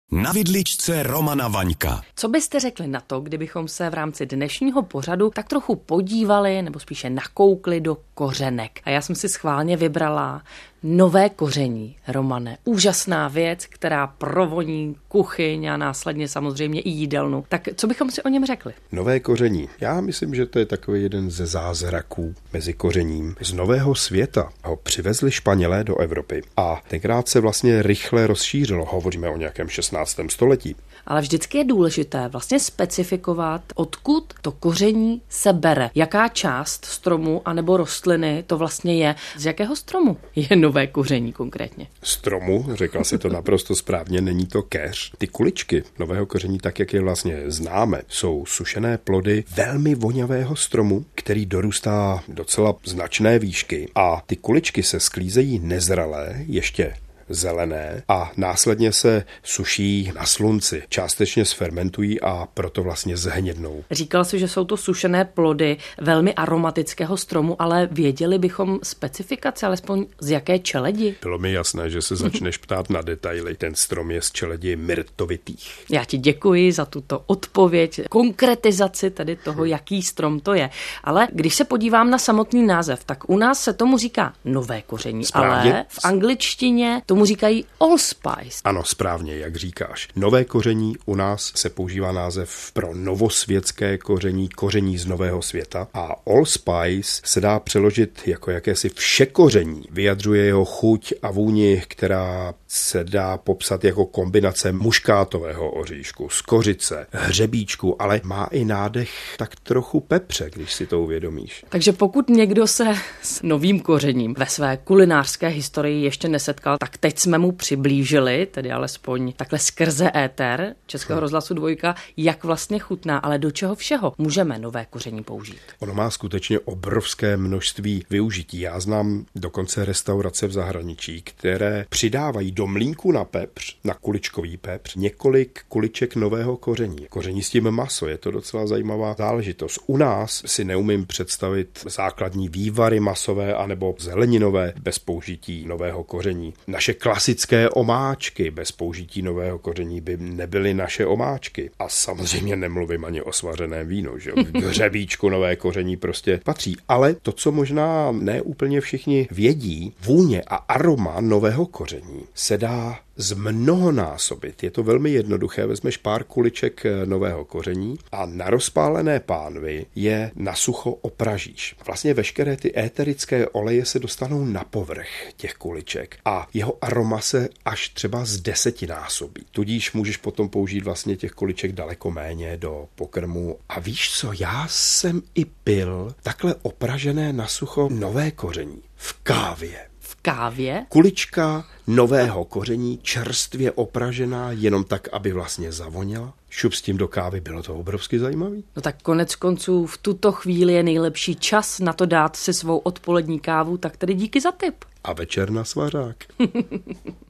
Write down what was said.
Na vidličce Romana Vaňka. Co byste řekli na to, kdybychom se v rámci dnešního pořadu tak trochu podívali, nebo spíše nakoukli do kořenek? A já jsem si schválně vybrala nové koření, Romane. Úžasná věc, která provoní kuchyň a následně samozřejmě i jídelnu. Tak co bychom si o něm řekli? Nové koření. Já myslím, že to je takový jeden ze zázraků mezi kořením. Z Nového světa ho přivezli Španělé do Evropy a tenkrát se vlastně rychle rozšířilo. Hovoříme o nějakém 16. století. Ale vždycky je důležité vlastně specifikovat, odkud to koření se bere. Jaká část stromu anebo rostliny to vlastně je. Z jakého stromu je nové koření konkrétně? Stromu, řekla si to naprosto správně, není to keř. Ty kuličky nového koření, tak jak je vlastně známe, jsou sušené plody velmi vonavého stromu, který dorůstá docela značné výšky a ty kuličky se sklízejí nezralé, ještě zelené a následně se suší na slunci. Částečně sfermentují a proto vlastně zhnědnou. Říkal jsi, že jsou to sušené plody velmi aromatického stromu, ale věděli bychom specifikace, alespoň z jaké čeledi? Bylo mi jasné, že se začneš ptát na detaily. Ten strom je z čeledi myrtovitých. Já ti děkuji za tuto odpověď, konkretizaci tedy toho, jaký strom to je. Ale když se podívám na samotný název, tak u nás se tomu říká nové koření, Správně. Ale v angličtině tomu říkají allspice. Ano, správně, jak říkáš. Nové koření u nás se používá název pro novosvětské koření, koření z nového světa a allspice se dá přeložit jako jakési všekoření. Vyjadřuje jeho chuť a vůni, která se dá popsat jako kombinace muškátového oříšku, skořice, hřebíčku, ale má i nádech tak trochu pepře, když si to uvědomíš. Takže pokud někdo se s novým kořením ve své kulinářské historii ještě nesetkal, tak teď jsme mu přiblížili, tedy alespoň takhle skrze éter Českého rozhlasu 2, jak vlastně chutná, ale do čeho všeho můžeme nové koření použít. Ono má skutečně obrovské množství využití. Já znám dokonce restaurace v zahraničí, které přidávají do mlýnku na pepř, na kuličkový pepř, několik kuliček nového koření. Koření s tím maso, je to docela zajímavá záležitost. U nás si neumím představit základní vývary masové anebo zeleninové bez použití nového koření. Naše klasické omáčky bez použití nového koření by nebyly naše omáčky. A samozřejmě nemluvím ani o svařeném vínu, že v hřebíčku nové koření prostě patří. Ale to, co možná ne úplně všichni vědí, vůně a aroma nového koření se dá zmnohonásobit. Je to velmi jednoduché, vezmeš pár kuliček nového koření a na rozpálené pánvi je na sucho opražíš. Vlastně veškeré ty éterické oleje se dostanou na povrch těch kuliček a jeho aroma se až třeba z 10násobí. Tudíž můžeš potom použít vlastně těch kuliček daleko méně do pokrmu. A víš co, já jsem i pil takhle opražené na sucho nové koření v kávě. Kávě? Kulička nového koření, čerstvě opražená, jenom tak, aby vlastně zavoněla. Šup s tím do kávy, bylo to obrovsky zajímavý. No tak konec konců v tuto chvíli je nejlepší čas na to dát si svou odpolední kávu, tak tedy díky za tip. A večer na svařák.